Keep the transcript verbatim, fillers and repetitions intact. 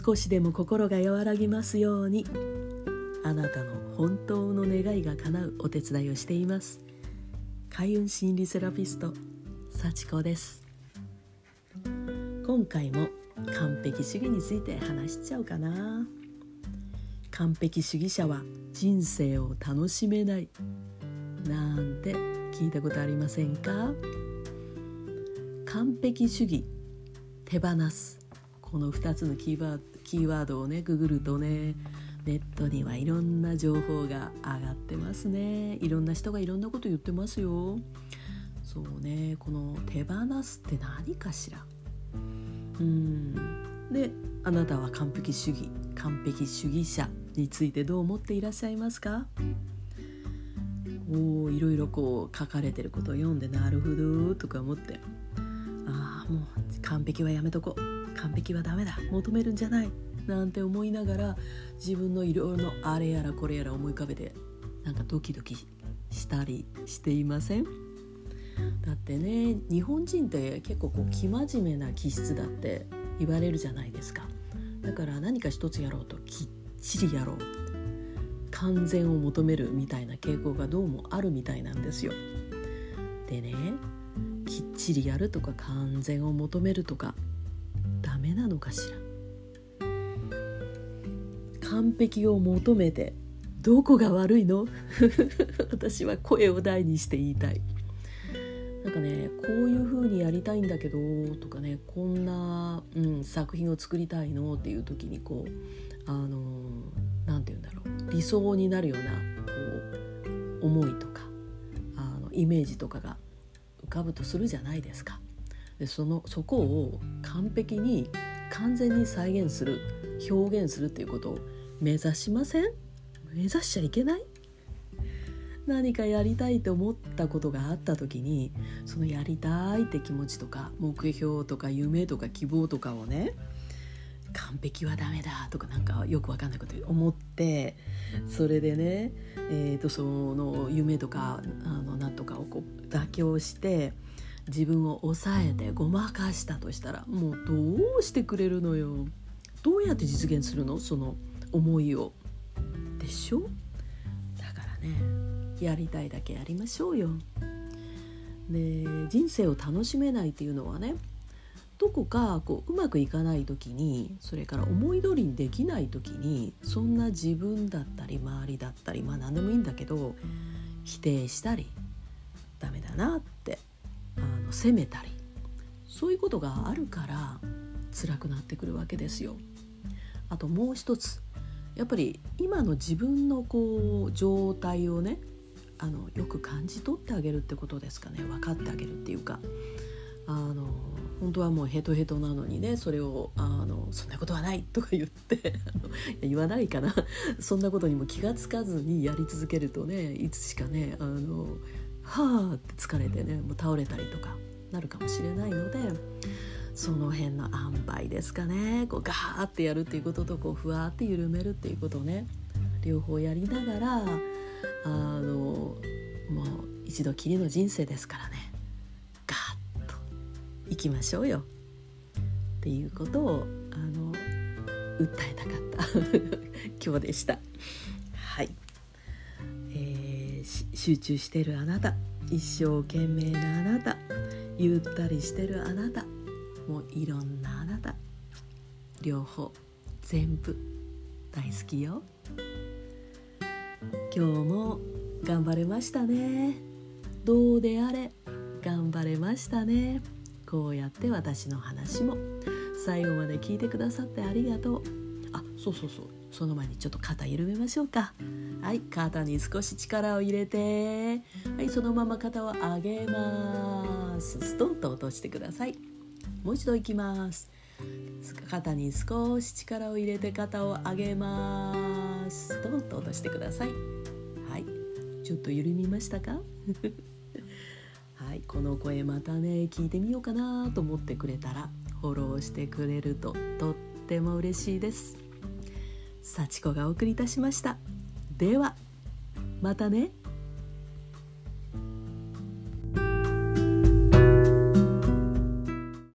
少しでも心が和らぎますように、あなたの本当の願いが叶うお手伝いをしています。開運心理セラピスト幸子です。今回も完璧主義について話しちゃうかな。完璧主義者は人生を楽しめないなんて聞いたことありませんか？完璧主義、手放す、このふたつのキーワード、キーワードをねググるとね、ネットにはいろんな情報が上がってますね。いろんな人がいろんなこと言ってますよ。そうね、この手放すって何かしら。うーんで、あなたは完璧主義、完璧主義者についてどう思っていらっしゃいますか？おいろいろこう書かれてることを読んで、なるほどとか思って、ああもう完璧はやめとこう、完璧はダメだ、求めるんじゃないなんて思いながら、自分のいろいろのあれやらこれやら思い浮かべて、なんかドキドキしたりしていません？だってね、日本人って結構こう生真面目な気質だって言われるじゃないですか。だから何か一つやろうときっちりやろう、完全を求めるみたいな傾向がどうもあるみたいなんですよ。でね、きっちりやるとか完全を求めるとかダメなのかしら。完璧を求めてどこが悪いの？私は声を大にして言いたい。なんかね、こういう風にやりたいんだけどとかね、こんな、うん、作品を作りたいのっていう時にこう、あのなんて言うんだろう、理想になるようなこう思いとかあのイメージとかが浮かぶとするじゃないですか。で、そのそこを完璧に完全に再現する、表現するっていうことを目指しません？目指しちゃいけない？何かやりたいと思ったことがあった時に、そのやりたいって気持ちとか目標とか夢とか希望とかをね、完璧はダメだとかなんかよくわかんないこと思って、それでね、えーとその夢とかあのなんとかをこう妥協して自分を抑えてごまかしたとしたら、もうどうしてくれるのよ。どうやって実現するの、その思いを。でしょ？だからね、やりたいだけやりましょうよ。で、人生を楽しめないっていうのはね、どこかこううまくいかない時に、それから思い通りにできない時に、そんな自分だったり周りだったり、まあ何でもいいんだけど、否定したりダメだなってあの責めたり、そういうことがあるから辛くなってくるわけですよ。あともう一つ、やっぱり今の自分のこう状態をね、あのよく感じ取ってあげるってことですかね。分かってあげるっていうか、あの本当はもうヘトヘトなのにね、それをあのそんなことはないとか言って言わないかなそんなことにも気がつかずにやり続けるとね、いつしかね、あのはーって疲れてね、もう倒れたりとかなるかもしれないので、その辺の塩梅ですかね。こうガーってやるっていうことと、こうふわって緩めるっていうことをね、両方やりながら、あのもう一度きりの人生ですからね、ガーッといきましょうよっていうことをあの訴えたかった今日でした。はい、えー、集中しているあなた、一生懸命なあなた、ゆったりしてるあなた、もういろんなあなた、両方全部大好きよ。今日も頑張れましたね。どうであれ頑張れましたね。こうやって私の話も最後まで聞いてくださってありがとう。あ、そうそうそう、その前にちょっと肩緩めましょうか。はい、肩に少し力を入れて、はい、そのまま肩を上げます。ストンと落としてください。もう一度いきます。肩に少し力を入れて肩を上げます。ストンと落としてください。はい、ちょっと緩みましたかはい、この声またね聞いてみようかなと思ってくれたらフォローしてくれるととっても嬉しいです。幸子がお送りいたしました。ではまたね。